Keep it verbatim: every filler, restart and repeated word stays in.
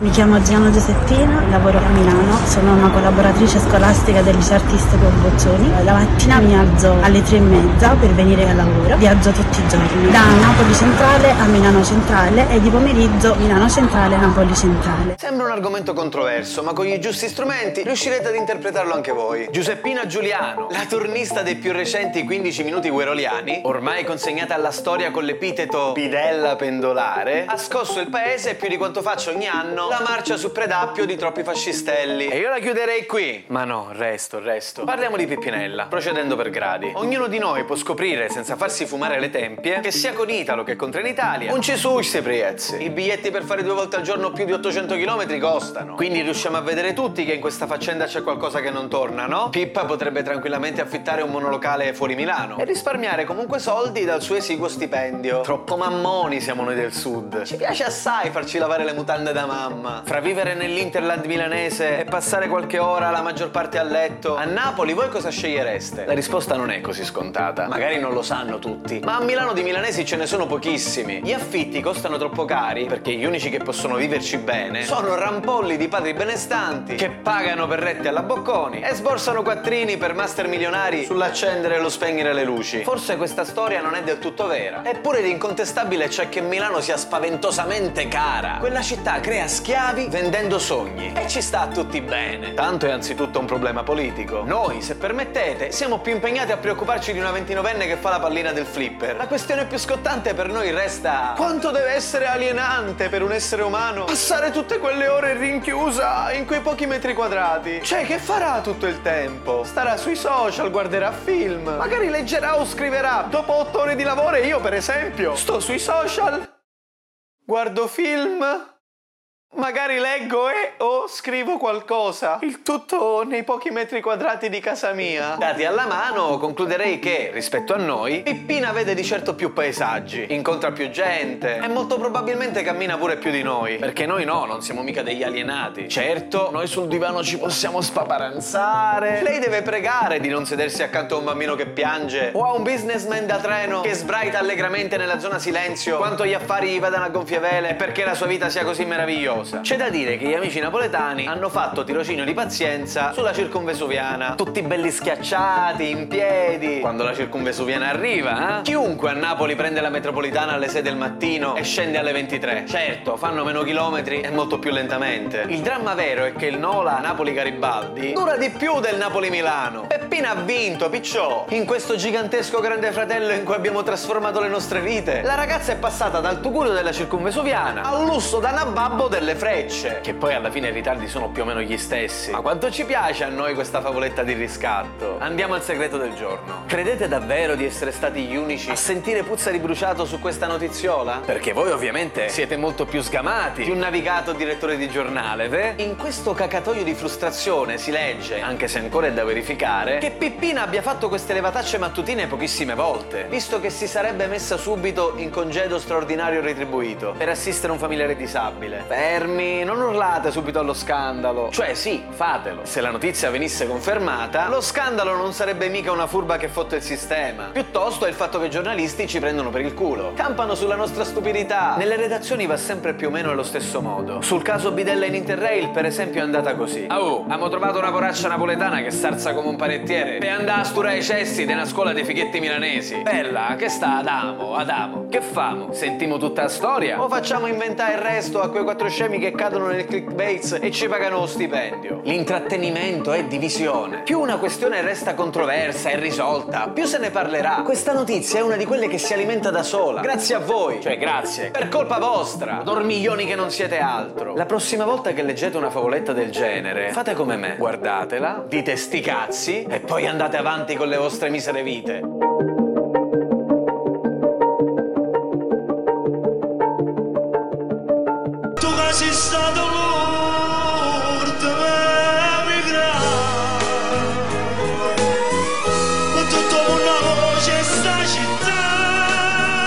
Mi chiamo Gianna Giuseppina, lavoro a Milano, sono una collaboratrice scolastica del liceo artistico Boccioni. La mattina mi alzo alle tre e mezza per venire al lavoro, viaggio tutti i giorni, da Napoli Centrale a Milano Centrale e di pomeriggio Milano Centrale, Napoli Centrale. Sembra un argomento controverso, ma con i giusti strumenti riuscirete ad interpretarlo anche voi. Giuseppina Giuliano, la turnista dei più recenti quindici minuti gueroliani, ormai consegnata alla storia con l'epiteto Pidella pendolare, ha scosso il paese più di quanto faccia ogni anno la marcia su Predappio di troppi fascistelli. E io la chiuderei qui. Ma no, resto, resto. Parliamo di Pippinella, procedendo per gradi. Ognuno di noi può scoprire, senza farsi fumare le tempie, che sia con Italo che con Trenitalia non ci sono questi prezzi. I biglietti per fare due volte al giorno più di ottocento chilometri costano. Quindi riusciamo a vedere tutti che in questa faccenda c'è qualcosa che non torna, no? Pippa potrebbe tranquillamente affittare un monolocale fuori Milano e risparmiare comunque soldi dal suo esiguo stipendio. Troppo mammoni siamo noi del sud. Ci piace assai farci lavare le mutande da mamma. Fra vivere nell'Interland milanese e passare qualche ora la maggior parte a letto, a Napoli voi cosa scegliereste? La risposta non è così scontata. Magari non lo sanno tutti, ma a Milano di milanesi ce ne sono pochissimi. Gli affitti costano troppo cari perché gli unici che possono viverci bene sono rampolli di padri benestanti che pagano per rette alla Bocconi e sborsano quattrini per master milionari sull'accendere e lo spegnere le luci. Forse questa storia non è del tutto vera. Eppure di incontestabile c'è che Milano sia spaventosamente cara. Quella città crea schiavi vendendo sogni e ci sta a tutti bene. Tanto è anzitutto un problema politico. Noi, se permettete, siamo più impegnati a preoccuparci di una ventinovenne che fa la pallina del flipper. La questione più scottante per noi resta: quanto deve essere alienante per un essere umano passare tutte quelle ore rinchiusa in quei pochi metri quadrati? Cioè, che farà tutto il tempo? Starà sui social, guarderà film, magari leggerà o scriverà. Dopo otto ore di lavoro io, per esempio, sto sui social, guardo film, magari leggo e o scrivo qualcosa. Il tutto nei pochi metri quadrati di casa mia. Dati alla mano, concluderei che, rispetto a noi, Pippina vede di certo più paesaggi, incontra più gente e molto probabilmente cammina pure più di noi. Perché noi no, non siamo mica degli alienati. Certo, noi sul divano ci possiamo spaparanzare. Lei deve pregare di non sedersi accanto a un bambino che piange o a un businessman da treno che sbraita allegramente nella zona silenzio quanto gli affari gli vadano a gonfie vele perché la sua vita sia così meravigliosa. C'è da dire che gli amici napoletani hanno fatto tirocinio di pazienza sulla circumvesuviana, tutti belli schiacciati, in piedi, quando la circumvesuviana arriva, eh? Chiunque a Napoli prende la metropolitana alle sei del mattino e scende alle ventitré. Certo, fanno meno chilometri e molto più lentamente. Il dramma vero è che il Nola Napoli-Garibaldi dura di più del Napoli-Milano. Peppina ha vinto, picciò. In questo gigantesco grande fratello in cui abbiamo trasformato le nostre vite, la ragazza è passata dal tugurio della circumvesuviana al lusso da nababbo delle frecce, che poi alla fine i ritardi sono più o meno gli stessi. Ma quanto ci piace a noi questa favoletta di riscatto. Andiamo al segreto del giorno. Credete davvero di essere stati gli unici a sentire puzza di bruciato su questa notiziola? Perché voi ovviamente siete molto più sgamati di un navigato direttore di giornale, ve? In questo cacatoio di frustrazione si legge, anche se ancora è da verificare, che Pippina abbia fatto queste levatacce mattutine pochissime volte, visto che si sarebbe messa subito in congedo straordinario retribuito per assistere un familiare disabile. Fermi, non urlate subito allo scandalo. Cioè sì, fatelo. Se la notizia venisse confermata, lo scandalo non sarebbe mica una furba che fotte il sistema. Piuttosto è il fatto che i giornalisti ci prendono per il culo. Campano sulla nostra stupidità. Nelle redazioni va sempre più o meno allo stesso modo. Sul caso Bidella in Interrail, per esempio, è andata così. Ah, oh, abbiamo trovato una poraccia napoletana che sarza come un panettiere e andà a sturare i cessi della scuola dei fighetti milanesi. Bella, che sta Adamo, Adamo. Che famo? Sentimo tutta la storia? O facciamo inventare il resto a quei quattro scemi che cadono nel clickbait e ci pagano lo stipendio? L'intrattenimento è divisione. Più una questione resta controversa e risolta, più se ne parlerà. Questa notizia è una di quelle che si alimenta da sola. Grazie a voi. Cioè, grazie. Per colpa vostra. Dormiglioni che non siete altro. La prossima volta che leggete una favoletta del genere, fate come me. Guardatela, dite sti cazzi e poi andate avanti con le vostre misere vite. Tu sei stato